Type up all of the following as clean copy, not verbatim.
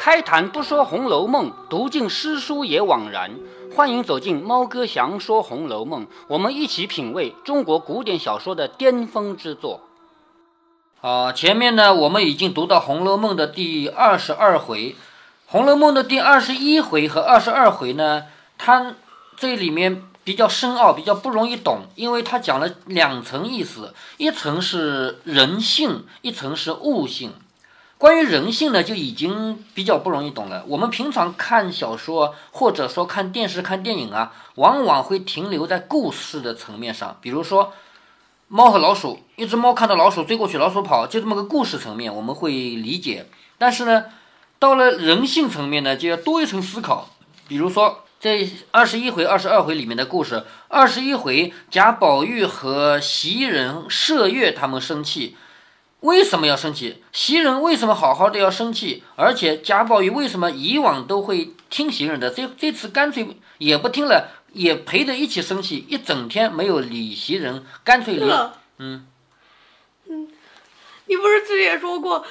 开坛不说《红楼梦》，读尽诗书也枉然。欢迎走进猫哥祥说《红楼梦》，我们一起品味中国古典小说的巅峰之作。前面呢，我们已经读到《红楼梦》的第22回，《红楼梦》的第21回和22回呢，它这里面比较深奥，比较不容易懂，因为它讲了两层意思，一层是人性，一层是物性。关于人性呢，就已经比较不容易懂了。我们平常看小说，或者说看电视、看电影啊，往往会停留在故事的层面上。比如说，猫和老鼠，一只猫看到老鼠追过去，老鼠跑，就这么个故事层面，我们会理解。但是呢，到了人性层面呢，就要多一层思考。比如说，这21回、22回里面的故事，21回贾宝玉和袭人、麝月他们生气。为什么要生气？袭人为什么好好的要生气？而且贾宝玉为什么以往都会听袭人的，这次干脆也不听了，也陪着一起生气，一整天没有理袭人，干脆理。 你不是之前说过，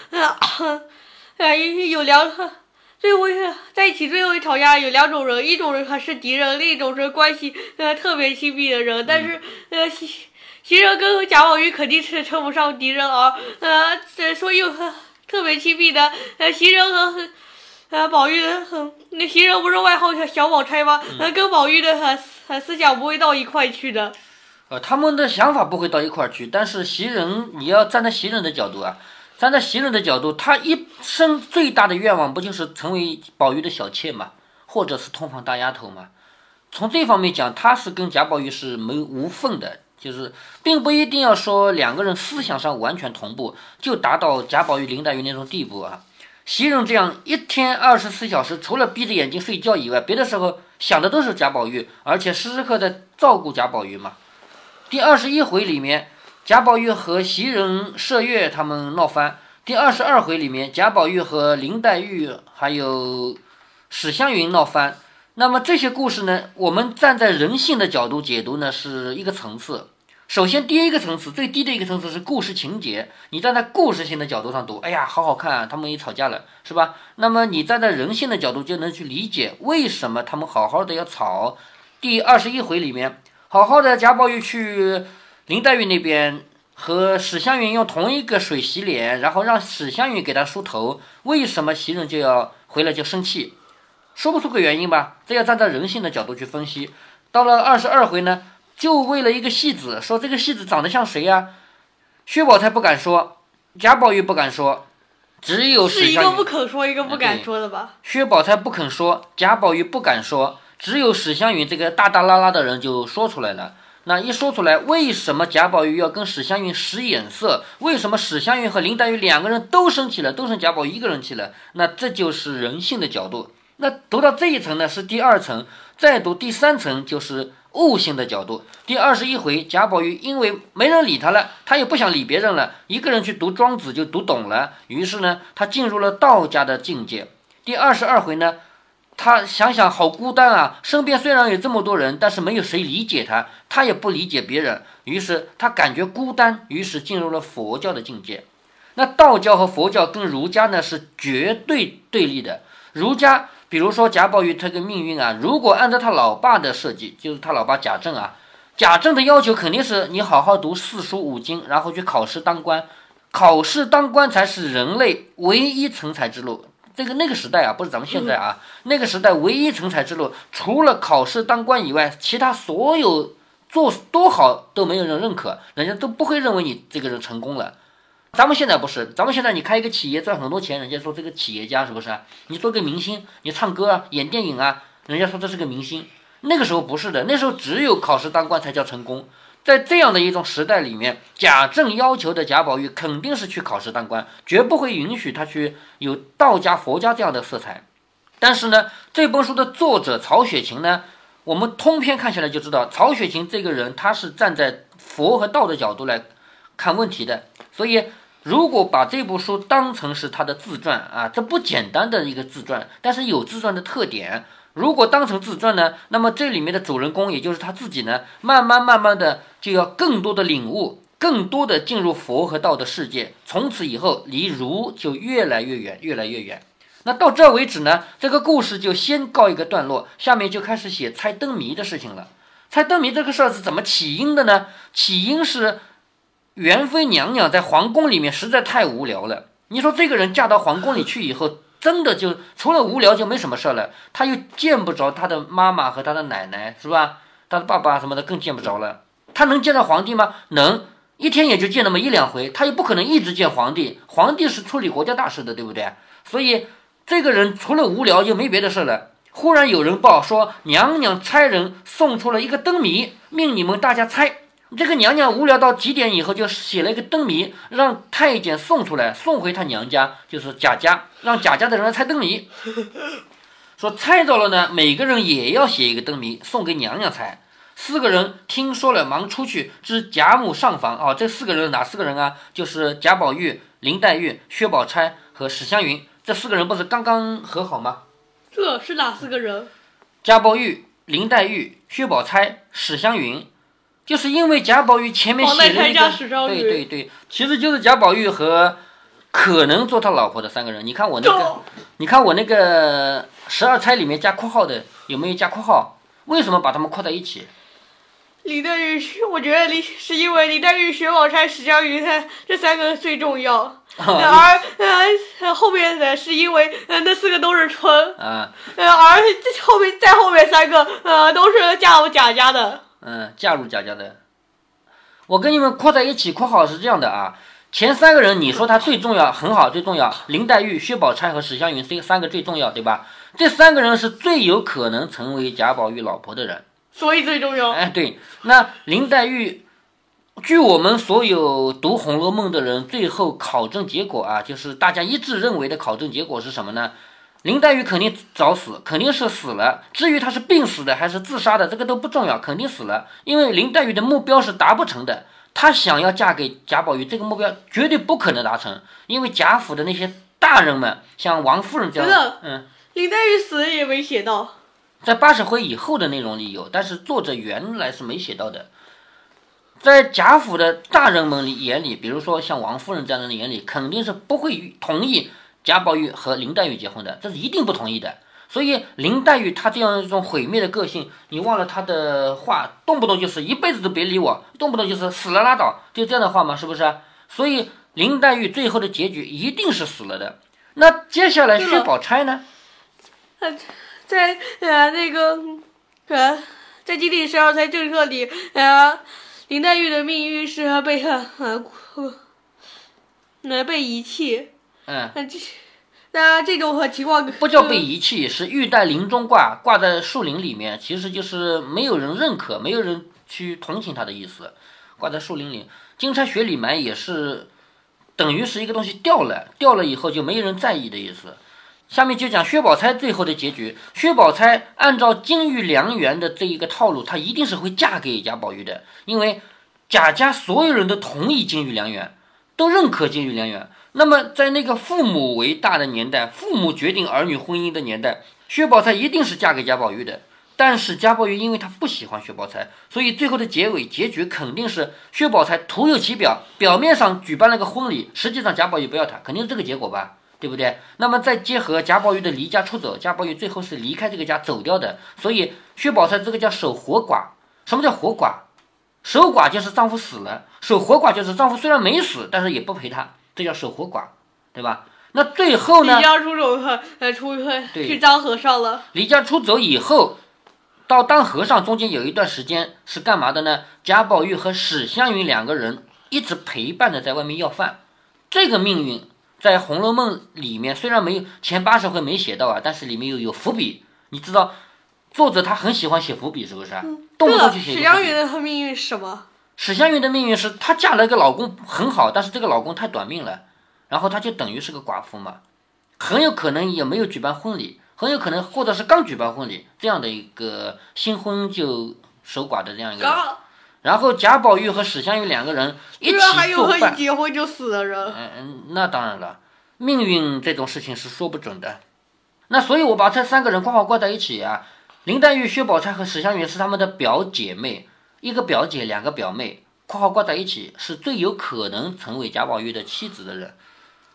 有两最后在一起最后一吵架有两种人，一种人他是敌人，另一种是关系特别亲密的人，但是袭人跟贾宝玉肯定是称不上敌人，所以特别亲密的袭人和宝玉那袭人不是外号小宝钗吗？跟宝玉的思想不会到一块去的。 他们的想法不会到一块去，但是袭人，你要站在袭人的角度啊，站在袭人的角度，他一生最大的愿望不就是成为宝玉的小妾嘛，或者是通房大丫头嘛？从这方面讲，他是跟贾宝玉是无缝的。就是并不一定要说两个人思想上完全同步，就达到贾宝玉、林黛玉那种地步啊。袭人这样一天24小时，除了闭着眼睛睡觉以外，别的时候想的都是贾宝玉，而且时时刻在照顾贾宝玉嘛。第21回里面，贾宝玉和袭人、麝月他们闹翻；第22回里面，贾宝玉和林黛玉还有史湘云闹翻。那么这些故事呢，我们站在人性的角度解读呢，是一个层次。首先第一个层次，最低的一个层次是故事情节，你站在故事性的角度上读，哎呀好好看啊，他们也吵架了，是吧？那么你站在人性的角度就能去理解为什么他们好好的要吵。第21回里面，好好的贾宝玉去林黛玉那边和史湘云用同一个水洗脸，然后让史湘云给他梳头，为什么袭人就要回来就生气？说不出个原因吧，这要站在人性的角度去分析。到了22回呢，就为了一个戏子，说这个戏子长得像谁呀？薛宝钗不敢说，贾宝玉不敢说，只有史湘云。是一个不肯说，一个不敢说的吧？ 薛宝钗不肯说，贾宝玉不敢说，只有史湘云这个大大拉拉的人就说出来了。那一说出来，为什么贾宝玉要跟史湘云使眼色？为什么史湘云和林黛玉两个人都生气了，都剩贾宝玉一个人气了？那这就是人性的角度。那读到这一层呢是第二层，再读第三层就是悟性的角度。第21回，贾宝玉因为没人理他了，他也不想理别人了，一个人去读庄子就读懂了，于是呢他进入了道家的境界。第22回呢，他想想好孤单啊，身边虽然有这么多人，但是没有谁理解他，他也不理解别人，于是他感觉孤单，于是进入了佛教的境界。那道教和佛教跟儒家呢是绝对对立的。儒家比如说贾宝玉这个命运啊，如果按照他老爸的设计，就是他老爸贾政啊，贾政的要求肯定是你好好读4书5经，然后去考试当官，考试当官才是人类唯一成才之路。那个时代啊，不是咱们现在啊，那个时代唯一成才之路，除了考试当官以外，其他所有做多好都没有人认可，人家都不会认为你这个人成功了。咱们现在不是，咱们现在你开一个企业赚很多钱，人家说这个企业家是不是？你做个明星，你唱歌啊，演电影啊，人家说这是个明星。那个时候不是的，那时候只有考试当官才叫成功。在这样的一种时代里面，贾政要求的贾宝玉肯定是去考试当官，绝不会允许他去有道家佛家这样的色彩。但是呢，这本书的作者曹雪芹呢，我们通篇看下来就知道，曹雪芹这个人他是站在佛和道的角度来看问题的。所以如果把这部书当成是他的自传啊，这不简单的一个自传，但是有自传的特点。如果当成自传呢，那么这里面的主人公也就是他自己呢，慢慢的就要更多的领悟，更多的进入佛和道的世界，从此以后离儒就越来越远，越来越远。 那到这为止呢，这个故事就先告一个段落，下面就开始写猜灯谜的事情了。猜灯谜这个事儿是怎么起因的呢？起因是元妃娘娘在皇宫里面实在太无聊了。你说这个人嫁到皇宫里去以后，真的就除了无聊就没什么事了。他又见不着他的妈妈和他的奶奶，是吧？他的爸爸什么的更见不着了。他能见到皇帝吗？能，一天也就见那么一两回。他又不可能一直见皇帝，皇帝是处理国家大事的，对不对？所以这个人除了无聊就没别的事了。忽然有人报说，娘娘差人送出了一个灯谜，命你们大家猜。这个娘娘无聊到极点以后，就写了一个灯谜，让太监送出来，送回他娘家，就是贾家，让贾家的人来猜灯谜。说猜着了呢，每个人也要写一个灯谜送给娘娘猜。4个人听说了，忙出去至贾母上房。这4个人哪4个人啊？就是贾宝玉、林黛玉、薛宝钗和史湘云。这4个人不是刚刚和好吗？ 这是哪4个人？ 贾宝玉、林黛玉、薛宝钗、史湘云。就是因为贾宝玉前面写了一个，对，其实就是贾宝玉和可能做他老婆的3个人。你看我那个12猜里面加括号的有没有加括号？为什么把他们括在一起？ 林黛玉，我觉得是因为林黛玉、薛宝钗、史湘云这3个最重要，而后面的是因为那4个都是春，而后面3个都是嫁入贾家的。 嫁入贾家的。我跟你们括在一起，括号是这样的啊。前3个人你说他最重要，很好，最重要。林黛玉、薛宝钗和史湘云这3个最重要，对吧？这3个人是最有可能成为贾宝玉老婆的人， 所以最重要。 对。那林黛玉，据我们所有读《红楼梦》的人最后考证结果啊，就是大家一致认为的考证结果是什么呢？林黛玉肯定早死，肯定是死了。至于她是病死的还是自杀的，这个都不重要，肯定死了。因为林黛玉的目标是达不成的，她想要嫁给贾宝玉，这个目标绝对不可能达成。因为贾府的那些大人们，像王夫人这样， 林黛玉死也没写到， 在80回以后的内容里有，但是作者原来是没写到的。在贾府的大人们眼里，比如说像王夫人这样的人眼里，肯定是不会同意贾宝玉和林黛玉结婚的，这是一定不同意的。所以林黛玉她这样一种毁灭的个性，你忘了她的话，动不动就是一辈子都别理我，动不动就是死了拉倒，就这样的话嘛，是不是？所以林黛玉最后的结局一定是死了的。那接下来薛宝钗呢？ 在在经典12猜政策里，林黛玉的命运是被遗弃。那这种情况不叫被遗弃，是玉带林中挂在树林里面，其实就是没有人认可，没有人去同情他的意思，挂在树林里。金钗雪里埋也是等于是一个东西掉了以后就没人在意的意思。下面就讲薛宝钗最后的结局。薛宝钗按照金玉良缘的这一个套路，她一定是会嫁给贾宝玉的，因为贾家所有人都同意金玉良缘，都认可金玉良缘。那么在那个父母为大的年代，父母决定儿女婚姻的年代，薛宝钗一定是嫁给贾宝玉的。但是贾宝玉因为他不喜欢薛宝钗，所以最后的结局肯定是薛宝钗徒有其表，表面上举办了个婚礼，实际上贾宝玉不要她，肯定是这个结果吧，对不对？那么再结合贾宝玉的离家出走，贾宝玉最后是离开这个家走掉的，所以薛宝钗这个叫守活寡。什么叫活寡？守寡就是丈夫死了，守活寡就是丈夫虽然没死，但是也不陪她，这叫守活寡，对吧？那最后呢？ 离家出走去当和尚了。 离家出走以后，到当和尚中间有一段时间是干嘛的呢？贾宝玉和史湘云2个人一直陪伴着在外面要饭。这个命运在《红楼梦》里面虽然没有前80回没写到啊，但是里面又有伏笔。你知道作者他很喜欢写伏笔，是不是？动不动就写。 史湘云的命运是什么？ 史湘云的命运是她嫁了一个老公很好，但是这个老公太短命了，然后她就等于是个寡妇嘛，很有可能也没有举办婚礼，很有可能或者是刚举办婚礼，这样的一个新婚就守寡的这样一个人。然后贾宝玉和史湘云2个人一起作伴。 还有和一结婚就死的人。 那当然了，命运这种事情是说不准的。那所以我把这3个人括号挂在一起啊，林黛玉、薛宝钗和史湘云是他们的表姐妹，一个表姐2个表妹，括号挂在一起是最有可能成为贾宝玉的妻子的人。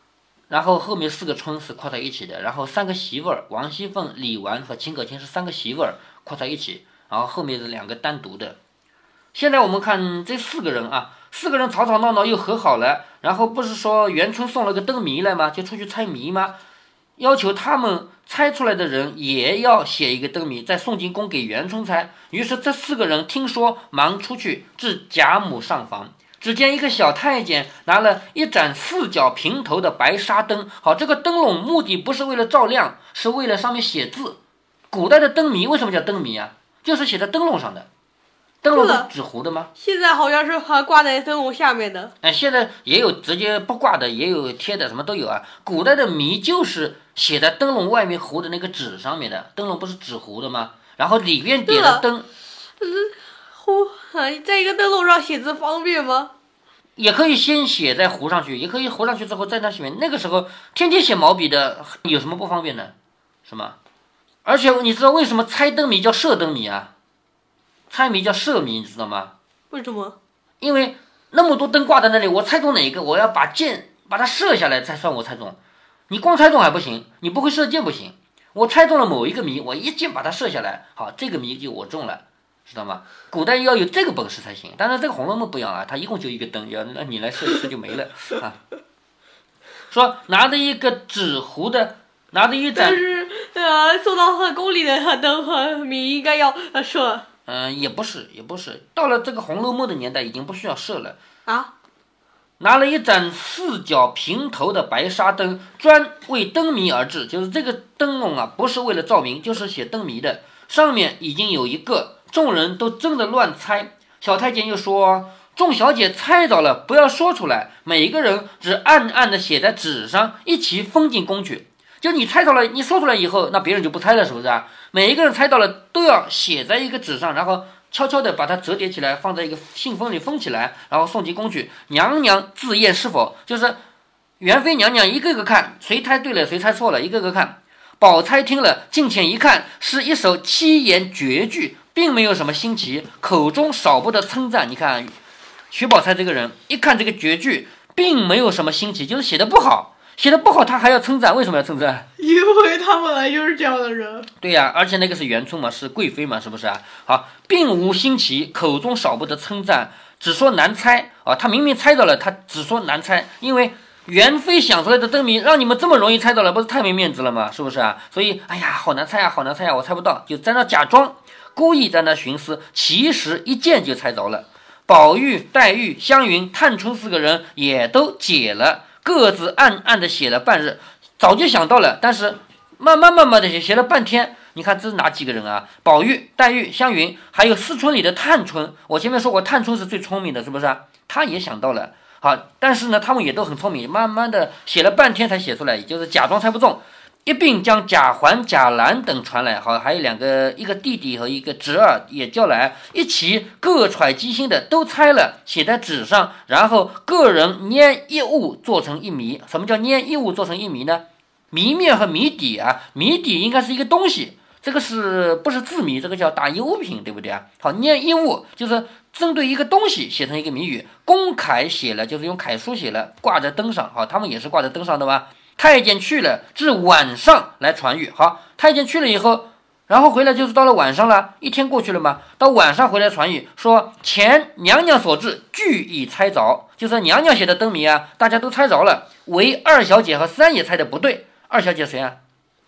然后后面4个春是括在一起的，然后3个媳妇儿，王熙凤、李纨和秦可卿是3个媳妇儿括在一起，然后后面是2个单独的。现在我们看这4个人啊，4个人吵吵闹闹又和好了，然后不是说元春送了个灯谜来吗？就出去猜谜吗？要求他们猜出来的人也要写一个灯谜，再送进宫给元春猜。于是这4个人听说，忙出去至贾母上房。只见一个小太监拿了一盏4角平头的白纱灯，好，这个灯笼目的不是为了照亮，是为了上面写字。古代的灯谜为什么叫灯谜啊？就是写在灯笼上的。灯笼是纸糊的吗？ 现在好像是还挂在灯笼下面的。 现在也有直接不挂的，也有贴的，什么都有啊。古代的谜就是写在灯笼外面糊的那个纸上面的，灯笼不是纸糊的吗？然后里面点了灯。 在一个灯笼上写字方便吗？ 也可以先写再糊上去，也可以糊上去之后再那写。那个时候天天写毛笔的，有什么不方便的？是吗？而且你知道为什么猜灯谜叫射灯谜啊？猜谜叫射谜，你知道吗？ 为什么？ 因为那么多灯挂在那里，我猜中哪一个，我要把箭把它射下来才算我猜中。你光猜中还不行，你不会射箭不行。我猜中了某一个谜，我一箭把它射下来，好，这个谜就我中了。知道吗？古代要有这个本事才行。当然，这个《红楼梦》不一样啊，它一共就一个灯，要那你来射一射就没了啊。说拿着一个纸糊的，拿着一盏， 但是送到宫里的灯和谜应该要射。 也不是，到了这个《红楼梦》的年代，已经不需要射了啊。 拿了一盏4角平头的白纱灯，专为灯谜而制。就是这个灯笼啊，不是为了照明，就是写灯谜的。上面已经有一个。众人都争得乱猜，小太监又说：“众小姐猜着了，不要说出来，每一个人只暗暗的写在纸上，一起封进宫去。就你猜到了，你说出来以后，那别人就不猜了，是不是啊？每一个人猜到了，都要写在一个纸上，然后悄悄的把它折叠起来，放在一个信封里封起来，然后送进宫去。娘娘自验是否，就是元妃娘娘一个个看，谁猜对了，谁猜错了，一个个看。宝钗听了，近前一看，是一首7言绝句。”并没有什么新奇，口中少不得称赞。你看，薛宝钗这个人，一看这个绝句，并没有什么新奇，就是写的不好，他还要称赞，为什么要称赞？ 因为他本来就是这样的人。 对呀，而且那个是元春嘛，是贵妃嘛，是不是啊？好，并无新奇，口中少不得称赞，只说难猜啊。他明明猜到了，他只说难猜，因为元妃想出来的灯谜，让你们这么容易猜到了，不是太没面子了吗？是不是啊？所以，哎呀，好难猜啊，我猜不到，就在那假装。故意在那寻思，其实一见就猜着了。宝玉、黛玉、湘云、探春4个人也都解了，各自暗暗的写了半日，早就想到了，但是慢慢的写了半天。你看这是哪几个人啊？宝玉、黛玉、湘云，还有四春里的探春。我前面说过，探春是最聪明的，是不是啊？她也想到了。好，但是呢，他们也都很聪明，慢慢的写了半天才写出来，也就是假装猜不中。一并将贾环、贾兰等传来，好，还有2个，一个弟弟和一个侄儿也叫来，一起各揣机心的都猜了，写在纸上，然后个人捏一物做成一谜。什么叫捏一物做成一谜呢？谜面和谜底啊，谜底应该是一个东西，这个是不是字谜？这个叫打一物品，对不对啊？好，捏一物就是针对一个东西写成一个谜语，公楷写了就是用楷书写了，挂在灯上。好，他们也是挂在灯上的吧？太监去了，至晚上来传谕。好，太监去了以后，然后回来就是到了晚上了，一天过去了嘛，到晚上回来传谕说，前娘娘所致，俱已猜着，就是娘娘写的灯谜啊，大家都猜着了，唯二小姐和三爷猜的不对。二小姐谁啊？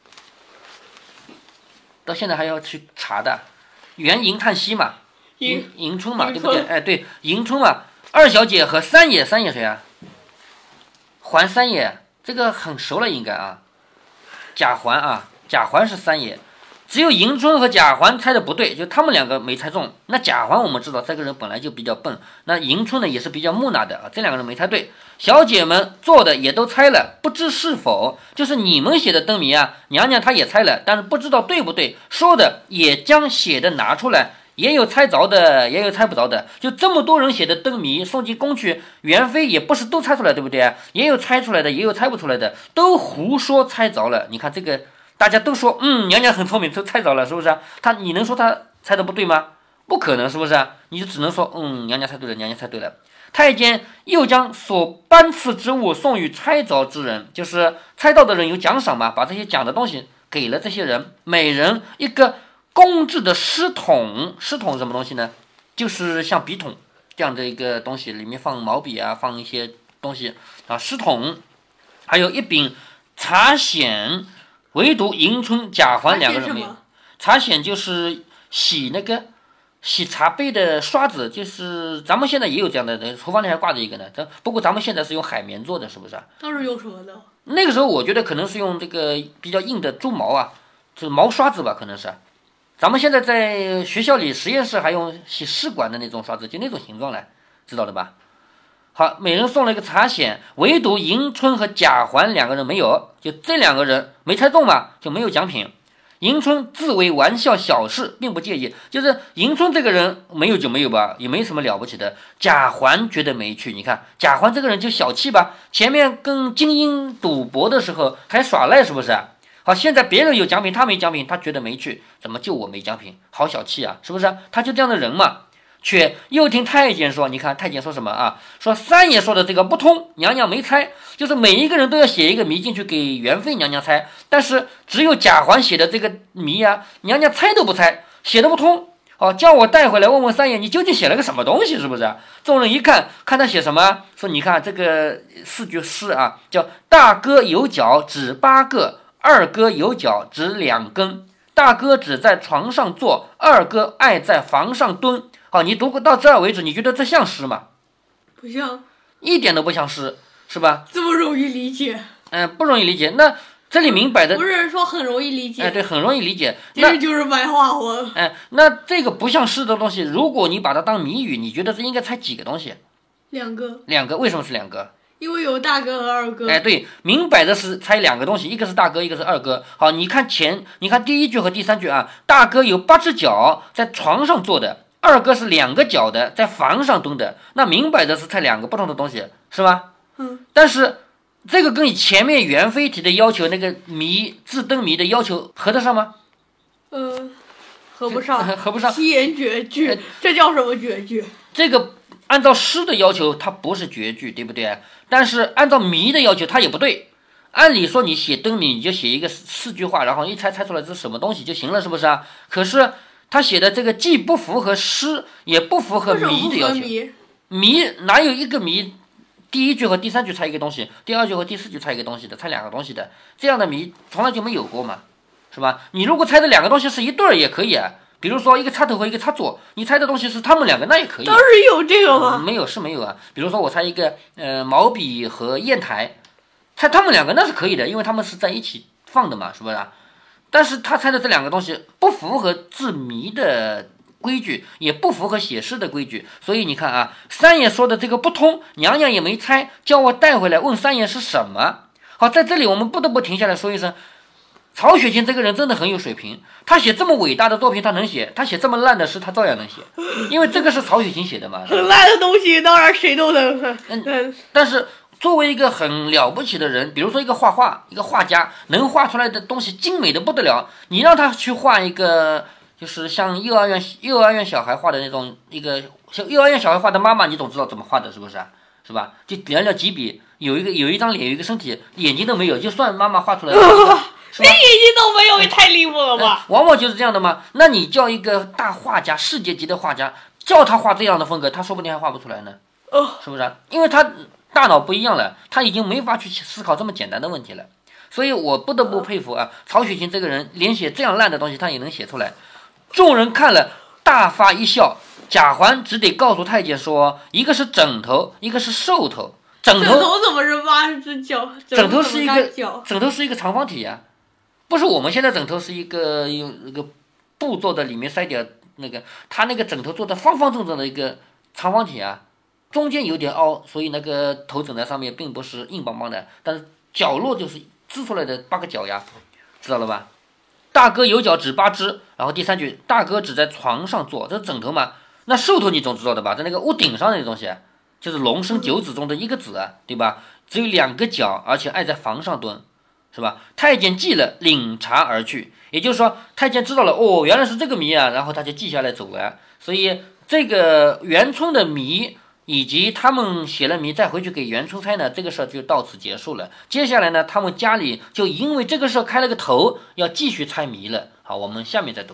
到现在还要去查的，元迎叹息嘛，迎春嘛，对不对？哎，对，迎春嘛。二小姐和三爷谁啊？还三爷。这个很熟了，应该啊，贾环啊，贾环是三爷，只有迎春和贾环猜的不对，就他们2个没猜中。那贾环我们知道这个人本来就比较笨，那迎春呢也是比较木讷的啊，这2个人没猜对。小姐们做的也都猜了，不知是否，就是你们写的灯谜啊，娘娘她也猜了，但是不知道对不对，说的也将写的拿出来。也有猜着的，也有猜不着的，就这么多人写的灯谜送进宫去，元妃也不是都猜出来，对不对？也有猜出来的，也有猜不出来的，都胡说猜着了。你看这个，大家都说，娘娘很聪明，都猜着了，是不是？你能说他猜的不对吗？不可能，是不是？你就只能说，娘娘猜对了，娘娘猜对了。 太监又将所颁赐之物送与猜凿之人，就是猜到的人有奖赏嘛，把这些奖的东西给了这些人，每人一个公制的诗筒。诗筒什么东西呢？就是像笔筒这样的一个东西，里面放毛笔啊，放一些东西啊，诗筒。还有一柄茶筅，唯独迎春、贾环两个人没有。茶筅就是洗茶杯的刷子，就是咱们现在也有这样的，厨房里还挂着一个呢。不过咱们现在是用海绵做的，是不是？ 当时用什么的？ 那个时候我觉得可能是用这个比较硬的猪毛啊，就是毛刷子吧，可能是。咱们现在在学校里实验室还用洗试管的那种刷子，就那种形状来，知道了吧？好，每人送了一个茶筅，唯独迎春和贾环两个人没有，就这两个人没猜中嘛，就没有奖品。迎春自为玩笑小事，并不介意，就是迎春这个人没有就没有吧，也没什么了不起的。贾环觉得没趣，你看贾环这个人就小气吧，前面跟精英赌博的时候还耍赖，是不是？好，现在别人有奖品，他没奖品，他觉得没趣，怎么就我没奖品？好小气啊，是不是？他就这样的人嘛。却又听太监说，你看太监说什么啊？说三爷说的这个不通，娘娘没猜，就是每一个人都要写一个谜进去给元妃娘娘猜，但是只有贾环写的这个谜啊，娘娘猜都不猜，写的不通。哦，叫我带回来问问三爷，你究竟写了个什么东西，是不是？众人一看，看他写什么，说你看这个4句诗啊，叫大哥有脚指8个，二哥有脚指2根，大哥只在床上坐，二哥爱在房上蹲。好，你读到这儿为止，你觉得这像诗吗？ 不像， 一点都不像诗，是吧？ 这么容易理解？ 不容易理解。那这里明摆的不是说很容易理解？ 对，很容易理解。 这就是白话文。 那这个不像诗的东西，如果你把它当谜语，你觉得这应该猜几个东西 ？2个。 2个，为什么是2个？ 因为有大哥和二哥。 对，明摆的是猜2个东西，一个是大哥，一个是二哥。好，你看第1句和第3句啊，大哥有8只脚，在床上坐的。二哥是2个脚的，在房上蹲的，那明摆的是猜2个不同的东西，是吧？但是这个跟你前面元妃提的要求那个自登谜的要求合得上吗？ 合不上， 合不上。 七言绝句，这叫什么绝句？ 这个按照诗的要求，它不是绝句，对不对？但是按照谜的要求，它也不对。按理说你写登谜，你就写一个4句话，然后一猜出来这是什么东西就行了，是不是啊？可是他写的这个既不符合诗，也不符合谜的要求。谜哪有一个谜，第1句和第3句猜一个东西，第2句和第4句猜一个东西的，猜2个东西的，这样的谜从来就没有过嘛，是吧？你如果猜的2个东西是一对儿也可以啊，比如说一个插头和一个插座，你猜的东西是他们2个，那也可以。 当时有这个吗？ 没有，是没有啊。比如说我猜一个毛笔和砚台，猜他们2个那是可以的，因为他们是在一起放的嘛，是不是啊？但是他猜的这2个东西不符合制谜的规矩，也不符合写诗的规矩，所以你看啊，三爷说的这个不通，娘娘也没猜，叫我带回来问三爷是什么。好，在这里我们不得不停下来说一声，曹雪芹这个人真的很有水平，他写这么伟大的作品他能写，他写这么烂的诗他照样能写，因为这个是曹雪芹写的嘛。 很烂的东西当然谁都能。 但是作为一个很了不起的人，比如说一个画家，能画出来的东西精美的不得了，你让他去画一个就是像幼儿园小孩画的那种一个像幼儿园小孩画的妈妈，你总知道怎么画的，是不是？是吧？就寥寥几笔，有一张脸，有一个身体，眼睛都没有，就算妈妈画出来的，是吧？ 连眼睛都没有，也太离谱了吧！ 往往就是这样的嘛。那你叫一个大画家，世界级的画家，叫他画这样的风格，他说不定还画不出来呢，是不是？因为他大脑不一样了，他已经没法去思考这么简单的问题了。所以我不得不佩服啊，曹雪芹这个人连写这样烂的东西他也能写出来。众人看了大发一笑，贾环只得告诉太监说，一个是枕头，一个是兽头。枕头怎么是8只脚？ 枕头是一个长方体呀，不是我们现在枕头是一个用那个布做的，里面塞点那个，他那个枕头做的方方正正的一个长方体啊，中间有点凹，所以那个头枕在上面并不是硬邦邦的，但是角落就是支出来的8个角呀，知道了吧？大哥有脚指8只，然后第3句，大哥只在床上坐，这是枕头嘛？那兽头你总知道的吧？在那个屋顶上的那东西，就是龙生9子中的一个子啊，对吧？只有2个脚，而且爱在房上蹲，是吧？太监记了，领茶而去。也就是说，太监知道了，哦，原来是这个谜啊，然后他就记下来走了。所以这个元春的谜以及他们写了谜再回去给袁出差呢，这个事儿就到此结束了。接下来呢，他们家里就因为这个事儿开了个头，要继续猜谜了。好，我们下面再读。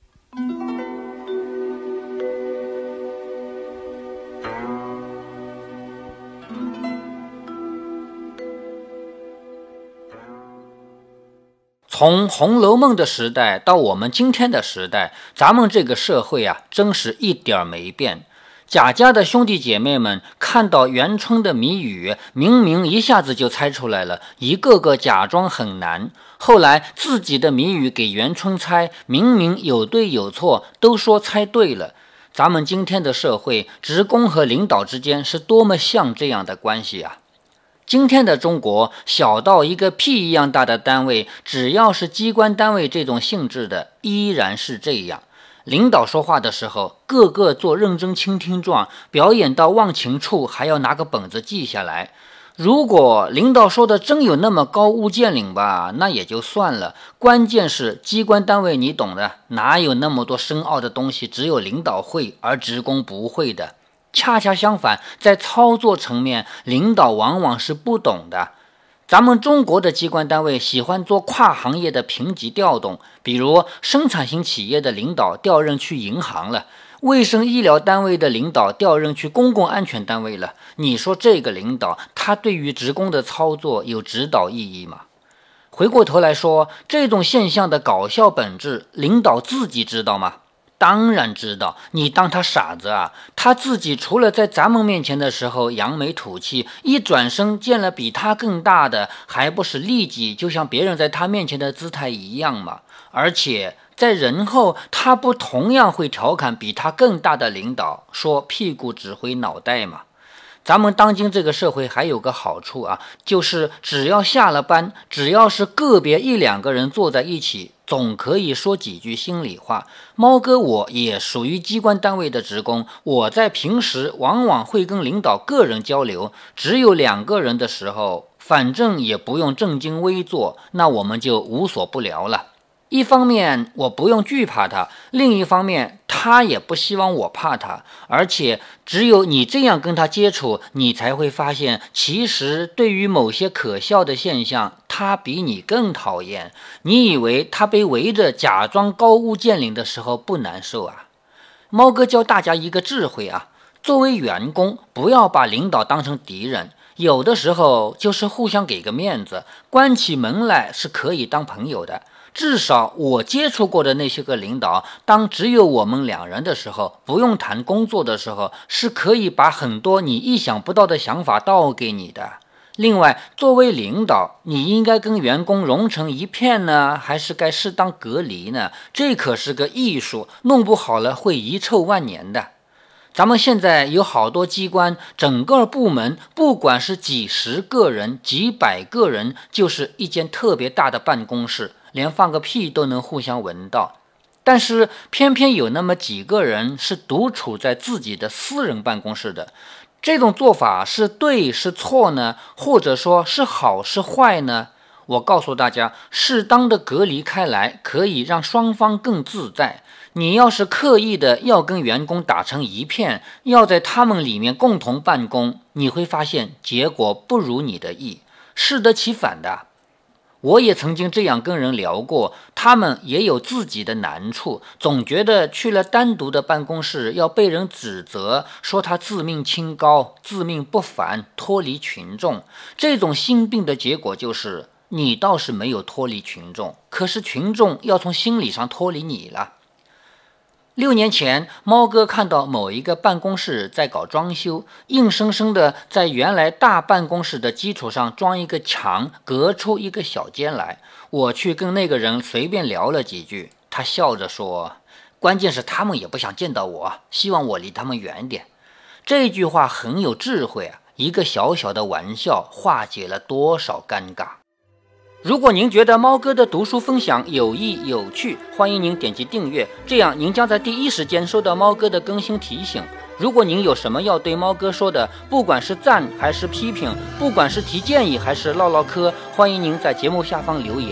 从《红楼梦》的时代到我们今天的时代，咱们这个社会啊，真是一点没变。贾家的兄弟姐妹们看到元春的谜语，明明一下子就猜出来了，一个个假装很难。后来自己的谜语给元春猜，明明有对有错，都说猜对了。咱们今天的社会，职工和领导之间是多么像这样的关系啊！今天的中国，小到一个屁一样大的单位，只要是机关单位这种性质的，依然是这样。领导说话的时候，个个做认真倾听状，表演到忘情处还要拿个本子记下来。如果领导说的真有那么高屋建瓴吧，那也就算了。关键是机关单位你懂的，哪有那么多深奥的东西只有领导会，而职工不会的。恰恰相反，在操作层面，领导往往是不懂的。咱们中国的机关单位喜欢做跨行业的评级调动，比如生产型企业的领导调任去银行了，卫生医疗单位的领导调任去公共安全单位了。你说这个领导，他对于职工的操作有指导意义吗？回过头来说，这种现象的搞笑本质，领导自己知道吗？当然知道，你当他傻子啊？他自己除了在咱们面前的时候扬眉吐气，一转身见了比他更大的，还不是立即就像别人在他面前的姿态一样吗？而且在人后，他不同样会调侃比他更大的领导，说屁股指挥脑袋吗？咱们当今这个社会还有个好处啊，就是只要下了班，只要是个别一两个人坐在一起，总可以说几句心里话。猫哥我也属于机关单位的职工，我在平时往往会跟领导个人交流，只有2个人的时候，反正也不用正襟危坐，那我们就无所不聊了。一方面我不用惧怕他，另一方面他也不希望我怕他，而且只有你这样跟他接触，你才会发现，其实对于某些可笑的现象，他比你更讨厌。你以为他被围着假装高屋建瓴的时候不难受啊？猫哥教大家一个智慧啊，作为员工，不要把领导当成敌人，有的时候就是互相给个面子，关起门来是可以当朋友的。至少我接触过的那些个领导，当只有我们2人的时候，不用谈工作的时候，是可以把很多你意想不到的想法倒给你的。另外，作为领导，你应该跟员工融成一片呢，还是该适当隔离呢？这可是个艺术，弄不好了会遗臭万年的。咱们现在有好多机关，整个部门不管是几十个人、几百个人，就是一间特别大的办公室，连放个屁都能互相闻到。但是偏偏有那么几个人是独处在自己的私人办公室的，这种做法是对是错呢？或者说是好是坏呢？我告诉大家，适当的隔离开来，可以让双方更自在。你要是刻意的要跟员工打成一片，要在他们里面共同办公，你会发现结果不如你的意，适得其反的。我也曾经这样跟人聊过，他们也有自己的难处，总觉得去了单独的办公室要被人指责，说他自命清高，自命不凡，脱离群众。这种心病的结果就是，你倒是没有脱离群众，可是群众要从心理上脱离你了。6年前，猫哥看到某一个办公室在搞装修，硬生生的在原来大办公室的基础上装一个墙，隔出一个小间来。我去跟那个人随便聊了几句，他笑着说，关键是他们也不想见到我，希望我离他们远点。这句话很有智慧啊，一个小小的玩笑化解了多少尴尬。如果您觉得猫哥的读书分享有益有趣，欢迎您点击订阅，这样您将在第一时间收到猫哥的更新提醒。如果您有什么要对猫哥说的，不管是赞还是批评，不管是提建议还是唠唠嗑，欢迎您在节目下方留言。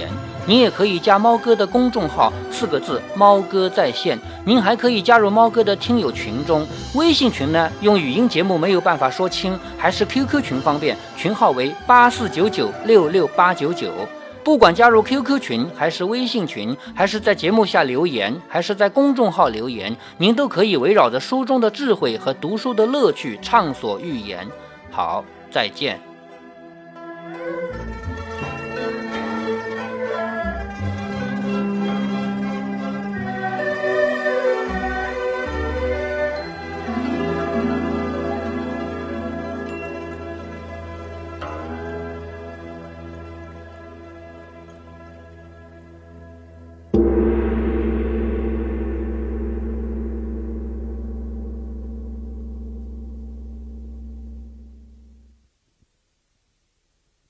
您也可以加猫哥的公众号，4个字猫哥在线。您还可以加入猫哥的听友群中，微信群呢用语音节目没有办法说清，还是 QQ 群方便，群号为8499668899。不管加入 QQ 群还是微信群，还是在节目下留言，还是在公众号留言，您都可以围绕着书中的智慧和读书的乐趣畅所欲言。好，再见。